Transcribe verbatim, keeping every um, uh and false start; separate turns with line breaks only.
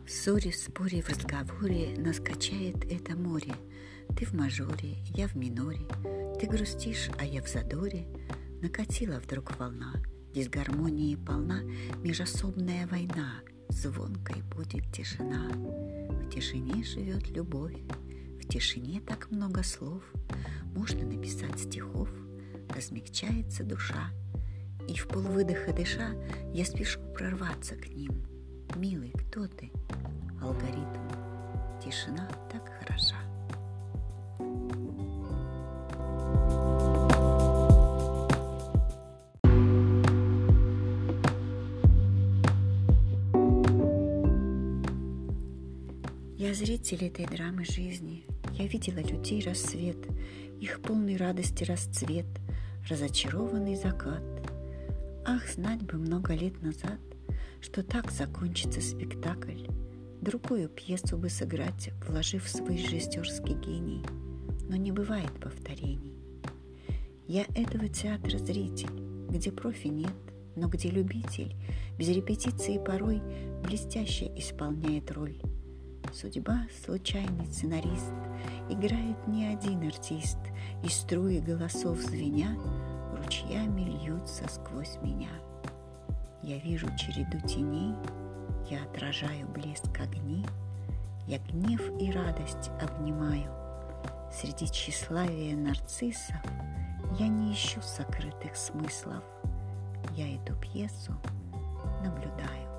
В ссоре, в споре, в разговоре нас качает это море. Ты в мажоре, я в миноре, ты грустишь, а я в задоре. Накатила вдруг волна, дисгармонии полна, межособная война, звонкой будет тишина. В тишине живет любовь, в тишине так много слов, можно написать стихов, размягчается душа. И в полвыдоха дыша я спешу прорваться к ним. Милый, кто ты? Алгоритм. Тишина так хороша. Я зритель этой драмы жизни. Я видела людей рассвет, их полный радости расцвет, разочарованный закат. Ах, знать бы много лет назад, что так закончится спектакль. Другую пьесу бы сыграть, вложив свой режиссерский гений. Но не бывает повторений. Я этого театра зритель, где профи нет, но где любитель без репетиции порой блестяще исполняет роль. Судьба — случайный сценарист, играет не один артист, и струи голосов звеня ручьями льются сквозь меня. Я вижу череду теней, я отражаю блеск огней, я гнев и радость обнимаю. Среди тщеславия нарциссов я не ищу сокрытых смыслов, я эту пьесу наблюдаю.